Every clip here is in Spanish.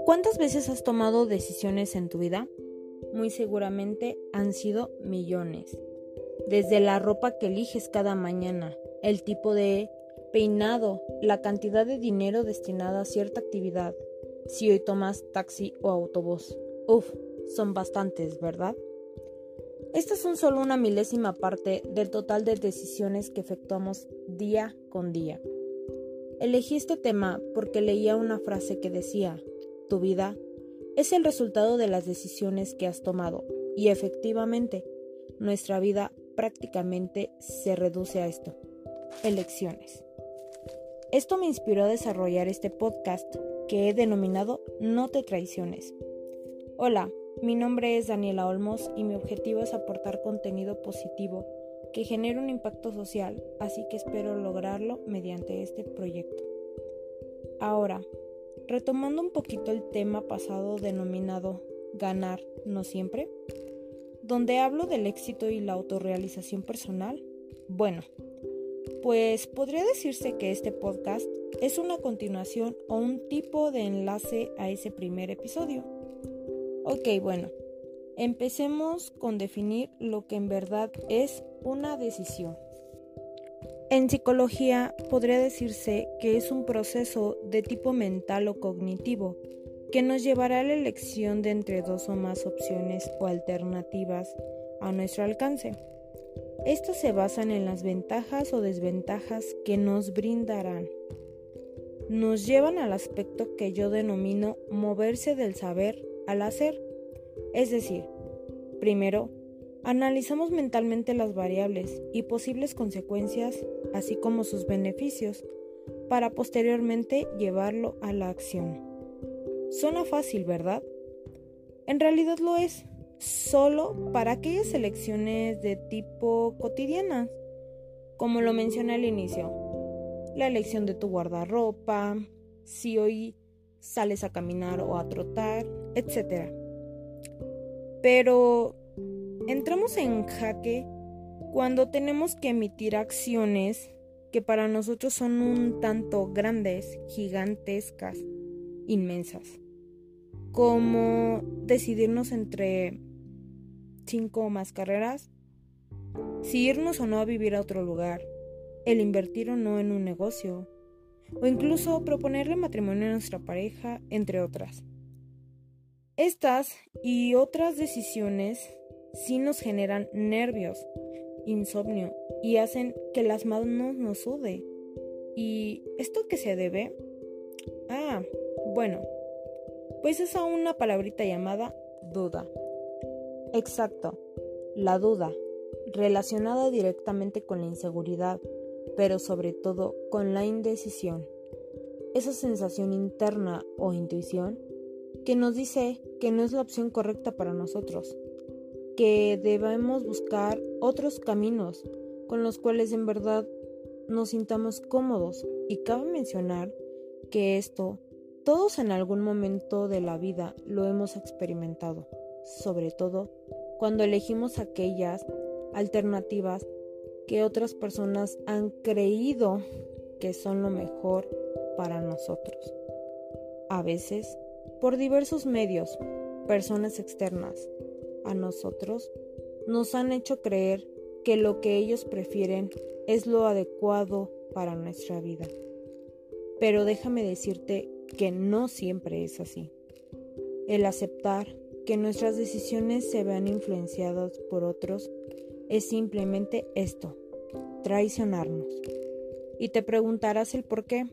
¿Cuántas veces has tomado decisiones en tu vida? Muy seguramente han sido millones. Desde la ropa que eliges cada mañana, el tipo de peinado, la cantidad de dinero destinada a cierta actividad, si hoy tomas taxi o autobús. Son bastantes, ¿verdad? Estas son solo una milésima parte del total de decisiones que efectuamos día con día. Elegí este tema porque leía una frase que decía: tu vida es el resultado de las decisiones que has tomado, y efectivamente, nuestra vida prácticamente se reduce a esto: elecciones. Esto me inspiró a desarrollar este podcast que he denominado No te traiciones. Hola, mi nombre es Daniela Olmos y mi objetivo es aportar contenido positivo que genere un impacto social, así que espero lograrlo mediante este proyecto. Ahora, retomando un poquito el tema pasado denominado ganar no siempre, donde hablo del éxito y la autorrealización personal, pues podría decirse que este podcast es una continuación o un tipo de enlace a ese primer episodio. Empecemos con definir lo que en verdad es una decisión. En psicología podría decirse que es un proceso de tipo mental o cognitivo que nos llevará a la elección de entre dos o más opciones o alternativas a nuestro alcance. Estas se basan en las ventajas o desventajas que nos brindarán. Nos llevan al aspecto que yo denomino moverse del saber al hacer. Es decir, primero, analizamos mentalmente las variables y posibles consecuencias, así como sus beneficios, para posteriormente llevarlo a la acción. Suena fácil, ¿verdad? En realidad lo es, solo para aquellas elecciones de tipo cotidianas, como lo mencioné al inicio. La elección de tu guardarropa, si hoy sales a caminar o a trotar, etc. Pero entramos en jaque cuando tenemos que emitir acciones que para nosotros son un tanto grandes, gigantescas, inmensas, como decidirnos entre 5 o más carreras, si irnos o no a vivir a otro lugar, el invertir o no en un negocio, o incluso proponerle matrimonio a nuestra pareja, entre otras. Estas y otras decisiones sí nos generan nervios, insomnio y hacen que las manos nos suden. ¿Y esto a qué se debe? Pues es a una palabrita llamada duda. Exacto, la duda, relacionada directamente con la inseguridad, pero sobre todo con la indecisión. Esa sensación interna o intuición que nos dice que no es la opción correcta para nosotros, que debemos buscar otros caminos con los cuales en verdad nos sintamos cómodos. Y cabe mencionar que esto todos en algún momento de la vida lo hemos experimentado, sobre todo cuando elegimos aquellas alternativas que otras personas han creído que son lo mejor para nosotros. A veces, por diversos medios, personas externas a nosotros nos han hecho creer que lo que ellos prefieren es lo adecuado para nuestra vida. Pero déjame decirte que no siempre es así. El aceptar que nuestras decisiones se vean influenciadas por otros es simplemente esto: traicionarnos. Y te preguntarás el por qué.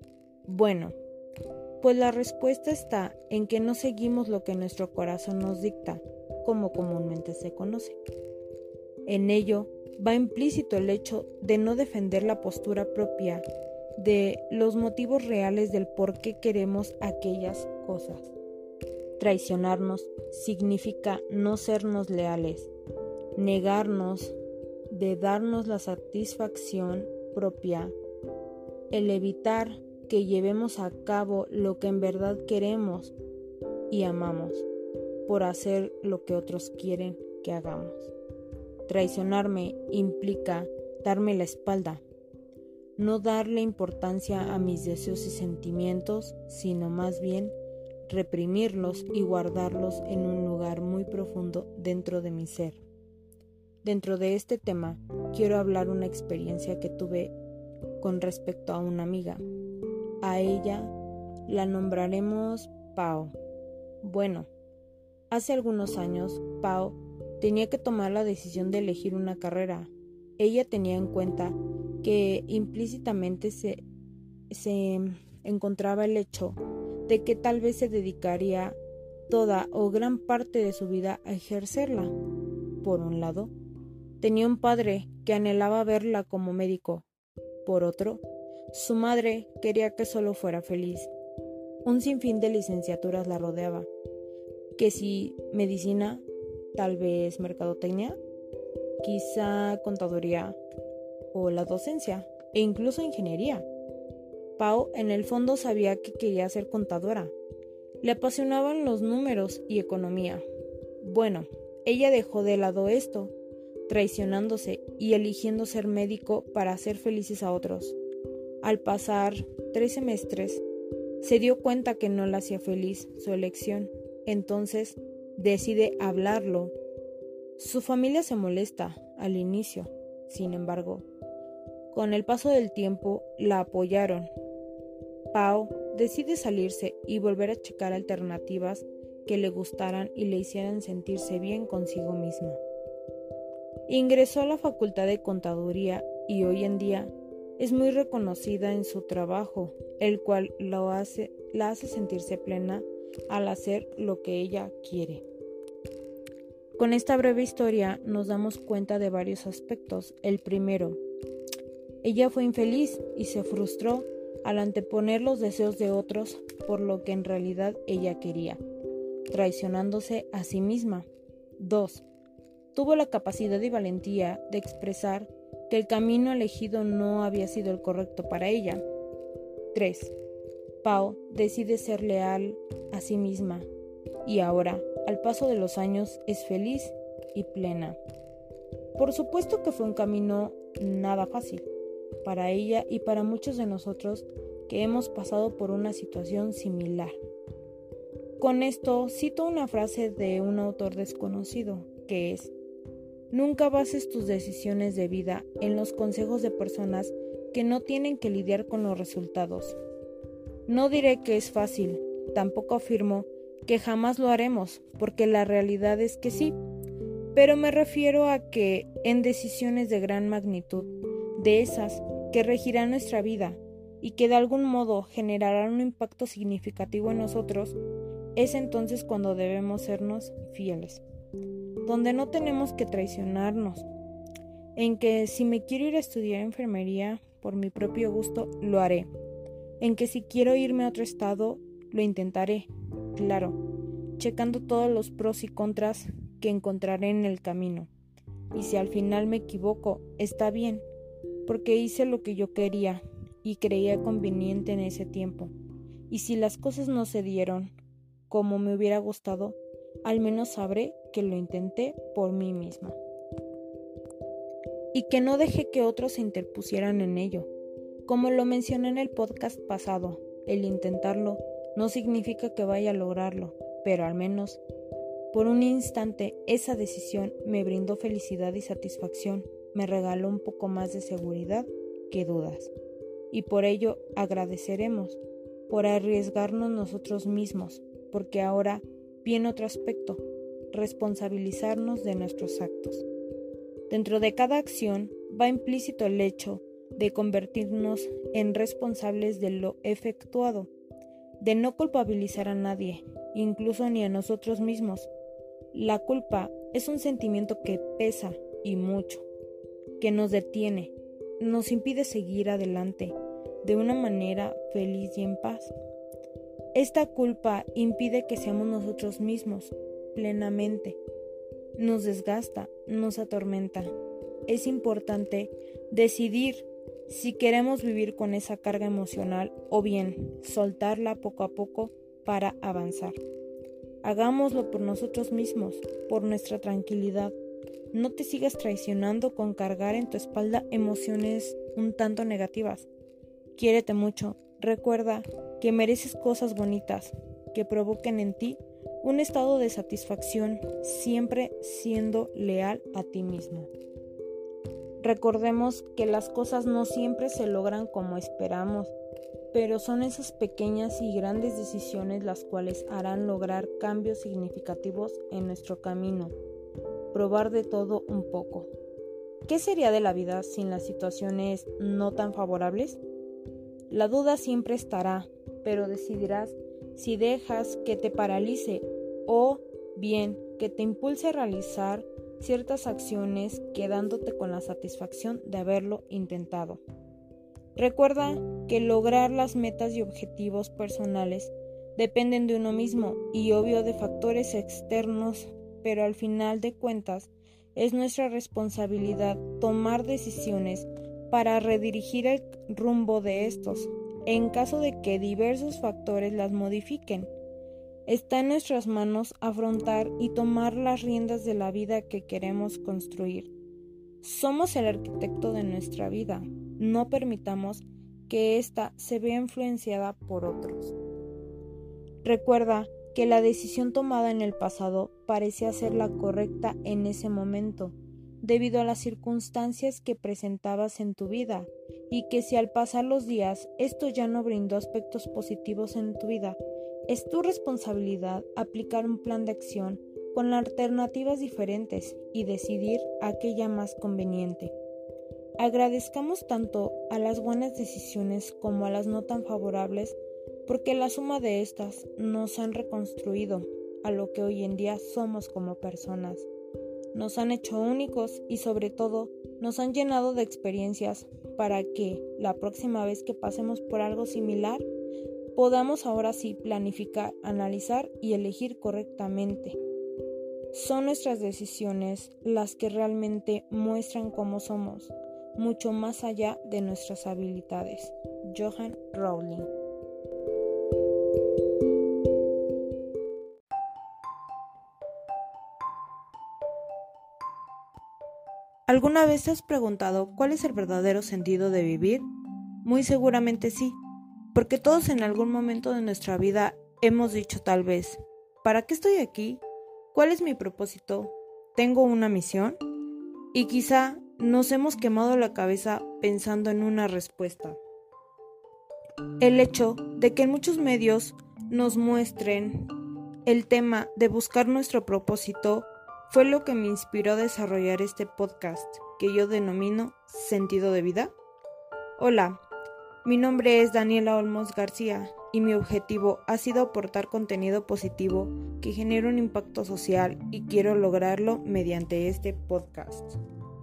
Pues la respuesta está en que no seguimos lo que nuestro corazón nos dicta, como comúnmente se conoce. En ello va implícito el hecho de no defender la postura propia de los motivos reales del por qué queremos aquellas cosas. Traicionarnos significa no sernos leales, negarnos de darnos la satisfacción propia, el evitar que llevemos a cabo lo que en verdad queremos y amamos por hacer lo que otros quieren que hagamos. Traicionarme implica darme la espalda, no darle importancia a mis deseos y sentimientos, sino más bien reprimirlos y guardarlos en un lugar muy profundo dentro de mi ser. Dentro de este tema, quiero hablar una experiencia que tuve con respecto a una amiga. A ella la nombraremos Pao. Bueno, hace algunos años, Pao tenía que tomar la decisión de elegir una carrera. Ella tenía en cuenta que implícitamente se encontraba el hecho de que tal vez se dedicaría toda o gran parte de su vida a ejercerla. Por un lado, tenía un padre que anhelaba verla como médico. Por otro, su madre quería que solo fuera feliz. Un sinfín de licenciaturas la rodeaba, que si medicina, tal vez mercadotecnia, quizá contaduría o la docencia, e incluso ingeniería. Pau en el fondo sabía que quería ser contadora. Le apasionaban los números y economía. Bueno, ella dejó de lado esto, traicionándose y eligiendo ser médico para hacer felices a otros. Al pasar 3 semestres, se dio cuenta que no la hacía feliz su elección. Entonces, decide hablarlo. Su familia se molesta al inicio, sin embargo, con el paso del tiempo la apoyaron. Pau decide salirse y volver a checar alternativas que le gustaran y le hicieran sentirse bien consigo misma. Ingresó a la Facultad de Contaduría y hoy en día es muy reconocida en su trabajo, el cual la hace sentirse plena al hacer lo que ella quiere. Con esta breve historia nos damos cuenta de varios aspectos. El primero, ella fue infeliz y se frustró al anteponer los deseos de otros por lo que en realidad ella quería, traicionándose a sí misma. 2. Tuvo la capacidad y valentía de expresar que el camino elegido no había sido el correcto para ella. 3. Pau decide ser leal a sí misma y ahora, al paso de los años, es feliz y plena. Por supuesto que fue un camino nada fácil para ella y para muchos de nosotros que hemos pasado por una situación similar. Con esto cito una frase de un autor desconocido, que es: nunca bases tus decisiones de vida en los consejos de personas que no tienen que lidiar con los resultados. No diré que es fácil, tampoco afirmo que jamás lo haremos, porque la realidad es que sí, pero me refiero a que en decisiones de gran magnitud, de esas que regirán nuestra vida y que de algún modo generarán un impacto significativo en nosotros, es entonces cuando debemos sernos fieles, donde no tenemos que traicionarnos, en que si me quiero ir a estudiar enfermería por mi propio gusto, lo haré, en que si quiero irme a otro estado, lo intentaré, claro, checando todos los pros y contras que encontraré en el camino, y si al final me equivoco, está bien, porque hice lo que yo quería y creía conveniente en ese tiempo, y si las cosas no se dieron como me hubiera gustado, al menos sabré que lo intenté por mí misma. Y que no dejé que otros se interpusieran en ello. Como lo mencioné en el podcast pasado, el intentarlo no significa que vaya a lograrlo, pero al menos por un instante esa decisión me brindó felicidad y satisfacción, me regaló un poco más de seguridad que dudas. Y por ello agradeceremos, por arriesgarnos nosotros mismos, porque ahora viene otro aspecto, responsabilizarnos de nuestros actos. Dentro de cada acción va implícito el hecho de convertirnos en responsables de lo efectuado, de no culpabilizar a nadie, incluso ni a nosotros mismos. La culpa es un sentimiento que pesa y mucho, que nos detiene, nos impide seguir adelante de una manera feliz y en paz. Esta culpa impide que seamos nosotros mismos plenamente, nos desgasta, nos atormenta. Es importante decidir si queremos vivir con esa carga emocional o bien soltarla poco a poco para avanzar. Hagámoslo por nosotros mismos, por nuestra tranquilidad. No te sigas traicionando con cargar en tu espalda emociones un tanto negativas. Quiérete mucho. Recuerda que mereces cosas bonitas. que provoquen en ti un estado de satisfacción, siempre siendo leal a ti mismo. Recordemos que las cosas no siempre se logran como esperamos, pero son esas pequeñas y grandes decisiones las cuales harán lograr cambios significativos en nuestro camino. Probar de todo un poco. ¿Qué sería de la vida sin las situaciones no tan favorables? La duda siempre estará, pero decidirás si dejas que te paralice o bien que te impulse a realizar ciertas acciones quedándote con la satisfacción de haberlo intentado. Recuerda que lograr las metas y objetivos personales dependen de uno mismo y obvio de factores externos, pero al final de cuentas es nuestra responsabilidad tomar decisiones para redirigir el rumbo de estos, en caso de que diversos factores las modifiquen. Está en nuestras manos afrontar y tomar las riendas de la vida que queremos construir. Somos el arquitecto de nuestra vida. No permitamos que ésta se vea influenciada por otros. Recuerda que la decisión tomada en el pasado parecía ser la correcta en ese momento, debido a las circunstancias que presentabas en tu vida, y que si al pasar los días esto ya no brindó aspectos positivos en tu vida, es tu responsabilidad aplicar un plan de acción con alternativas diferentes y decidir aquella más conveniente. Agradezcamos tanto a las buenas decisiones como a las no tan favorables, porque la suma de estas nos han reconstruido a lo que hoy en día somos como personas. Nos han hecho únicos y sobre todo nos han llenado de experiencias para que la próxima vez que pasemos por algo similar podamos ahora sí planificar, analizar y elegir correctamente. Son nuestras decisiones las que realmente muestran cómo somos, mucho más allá de nuestras habilidades. Johann Rowling. ¿Alguna vez te has preguntado cuál es el verdadero sentido de vivir? Muy seguramente sí, porque todos en algún momento de nuestra vida hemos dicho tal vez, ¿para qué estoy aquí? ¿Cuál es mi propósito? ¿Tengo una misión? Y quizá nos hemos quemado la cabeza pensando en una respuesta. El hecho de que en muchos medios nos muestren el tema de buscar nuestro propósito fue lo que me inspiró a desarrollar este podcast que yo denomino Sentido de Vida. Hola, mi nombre es Daniela Olmos García y mi objetivo ha sido aportar contenido positivo que genere un impacto social y quiero lograrlo mediante este podcast.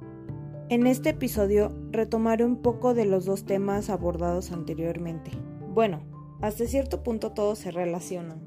En este episodio retomaré un poco de los dos temas abordados anteriormente. Bueno, hasta cierto punto todos se relacionan.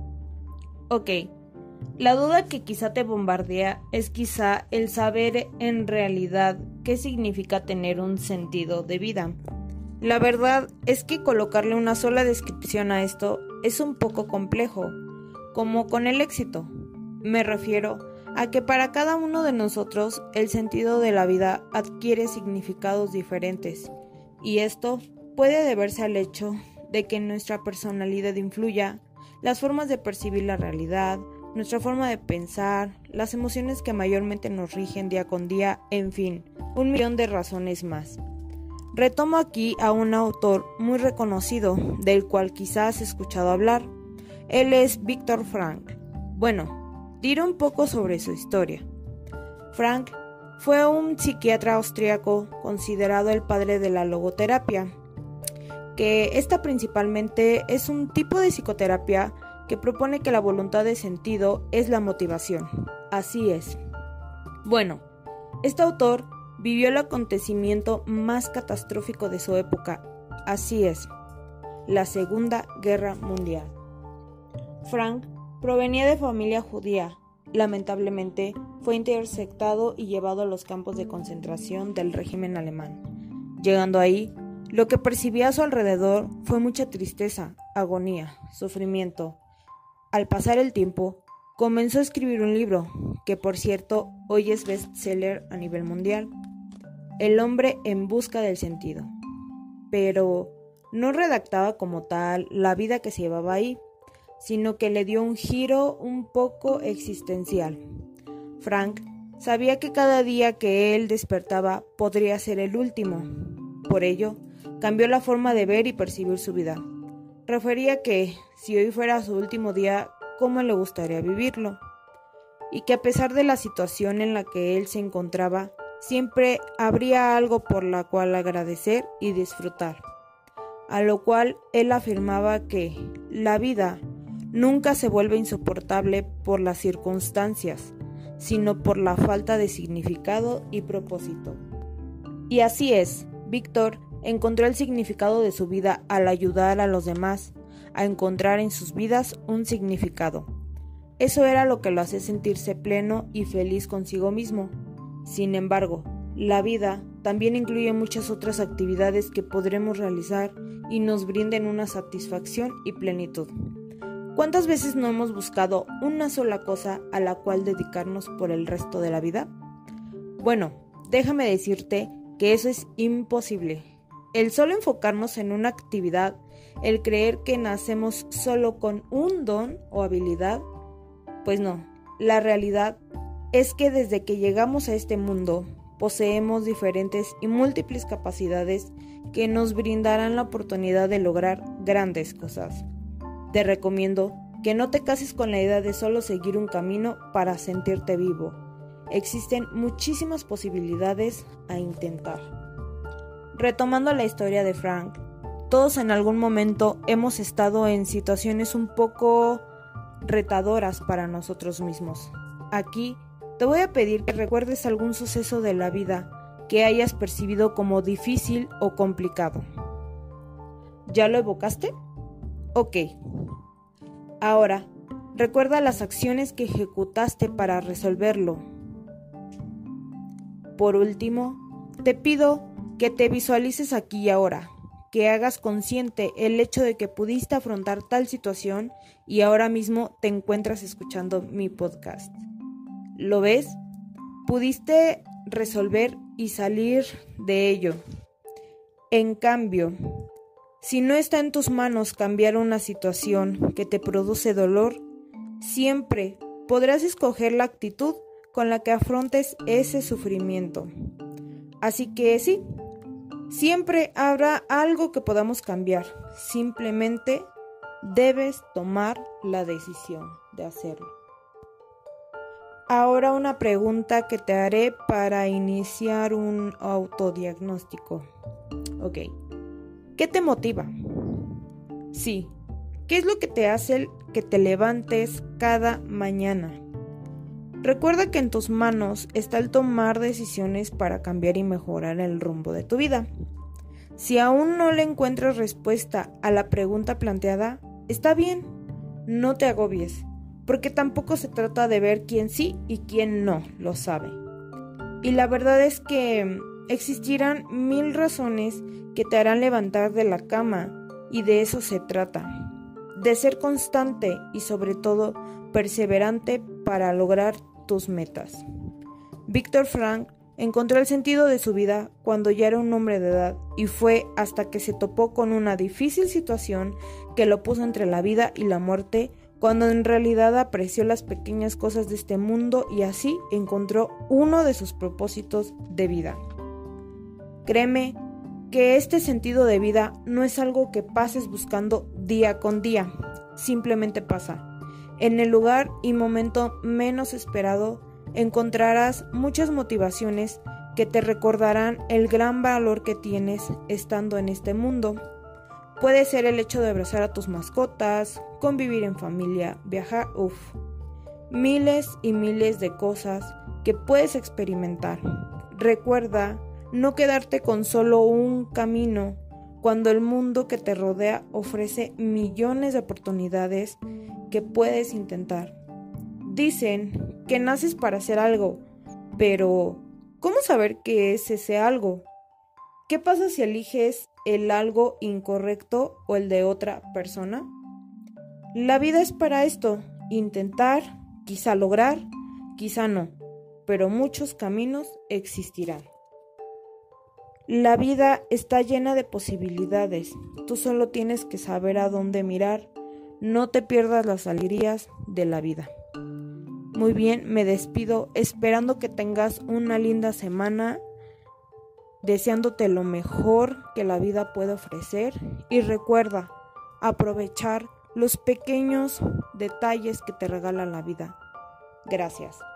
Ok, la duda que quizá te bombardea es quizá el saber en realidad qué significa tener un sentido de vida. La verdad es que colocarle una sola descripción a esto es un poco complejo, como con el éxito. Me refiero a que para cada uno de nosotros el sentido de la vida adquiere significados diferentes, y esto puede deberse al hecho de que en nuestra personalidad influya las formas de percibir la realidad, nuestra forma de pensar, las emociones que mayormente nos rigen día con día, en fin, 1.000.000 de razones más. Retomo aquí a un autor muy reconocido, del cual quizás has escuchado hablar. Él es Viktor Frankl. Bueno, diré un poco sobre su historia. Frankl fue un psiquiatra austríaco considerado el padre de la logoterapia, que esta principalmente es un tipo de psicoterapia que propone que la voluntad de sentido es la motivación. Así es. Bueno, este autor vivió el acontecimiento más catastrófico de su época, así es, la Segunda Guerra Mundial. Frank provenía de familia judía. Lamentablemente, fue interceptado y llevado a los campos de concentración del régimen alemán. Llegando ahí, lo que percibía a su alrededor fue mucha tristeza, agonía, sufrimiento. Al pasar el tiempo, comenzó a escribir un libro, que por cierto, hoy es bestseller a nivel mundial. El hombre en busca del sentido. Pero no redactaba como tal la vida que se llevaba ahí, sino que le dio un giro un poco existencial. Frank sabía que cada día que él despertaba podría ser el último. Por ello, cambió la forma de ver y percibir su vida. Refería que, si hoy fuera su último día, ¿cómo le gustaría vivirlo? Y que a pesar de la situación en la que él se encontraba, siempre habría algo por la cual agradecer y disfrutar. A lo cual él afirmaba que la vida nunca se vuelve insoportable por las circunstancias, sino por la falta de significado y propósito. Y así es, Víctor encontró el significado de su vida al ayudar a los demás a encontrar en sus vidas un significado. Eso era lo que lo hacía sentirse pleno y feliz consigo mismo. Sin embargo, la vida también incluye muchas otras actividades que podremos realizar y nos brinden una satisfacción y plenitud. ¿Cuántas veces no hemos buscado una sola cosa a la cual dedicarnos por el resto de la vida? Bueno, déjame decirte que eso es imposible. El solo enfocarnos en una actividad, el creer que nacemos solo con un don o habilidad, pues no. La realidad es que desde que llegamos a este mundo, poseemos diferentes y múltiples capacidades que nos brindarán la oportunidad de lograr grandes cosas. Te recomiendo que no te cases con la idea de solo seguir un camino para sentirte vivo. Existen muchísimas posibilidades a intentar. Retomando la historia de Frank, todos en algún momento hemos estado en situaciones un poco retadoras para nosotros mismos. Aquí te voy a pedir que recuerdes algún suceso de la vida que hayas percibido como difícil o complicado. ¿Ya lo evocaste? Ok. Ahora, recuerda las acciones que ejecutaste para resolverlo. Por último, te pido que te visualices aquí y ahora, que hagas consciente el hecho de que pudiste afrontar tal situación y ahora mismo te encuentras escuchando mi podcast. ¿Lo ves? Pudiste resolver y salir de ello. En cambio, si no está en tus manos cambiar una situación que te produce dolor, siempre podrás escoger la actitud con la que afrontes ese sufrimiento. Así que sí, siempre habrá algo que podamos cambiar. Simplemente debes tomar la decisión de hacerlo. Ahora una pregunta que te haré para iniciar un autodiagnóstico. Ok. ¿Qué te motiva? Sí. ¿Qué es lo que te hace que te levantes cada mañana? Recuerda que en tus manos está el tomar decisiones para cambiar y mejorar el rumbo de tu vida. Si aún no le encuentras respuesta a la pregunta planteada, está bien, no te agobies, porque tampoco se trata de ver quién sí y quién no lo sabe. Y la verdad es que existirán 1000 razones que te harán levantar de la cama, y de eso se trata, de ser constante y sobre todo perseverante para lograr tus metas. Víctor Frank encontró el sentido de su vida cuando ya era un hombre de edad, y fue hasta que se topó con una difícil situación que lo puso entre la vida y la muerte, cuando en realidad apreció las pequeñas cosas de este mundo y así encontró uno de sus propósitos de vida. Créeme que este sentido de vida no es algo que pases buscando día con día, simplemente pasa. En el lugar y momento menos esperado encontrarás muchas motivaciones que te recordarán el gran valor que tienes estando en este mundo. Puede ser el hecho de abrazar a tus mascotas, convivir en familia, viajar, miles y miles de cosas que puedes experimentar. Recuerda no quedarte con solo un camino cuando el mundo que te rodea ofrece millones de oportunidades que puedes intentar. Dicen que naces para hacer algo, pero ¿cómo saber qué es ese algo? ¿Qué pasa si eliges el algo incorrecto o el de otra persona? La vida es para esto, intentar, quizá lograr, quizá no, pero muchos caminos existirán. La vida está llena de posibilidades, tú solo tienes que saber a dónde mirar. No te pierdas las alegrías de la vida. Muy bien, me despido esperando que tengas una linda semana, deseándote lo mejor que la vida puede ofrecer y recuerda aprovechar los pequeños detalles que te regala la vida. Gracias.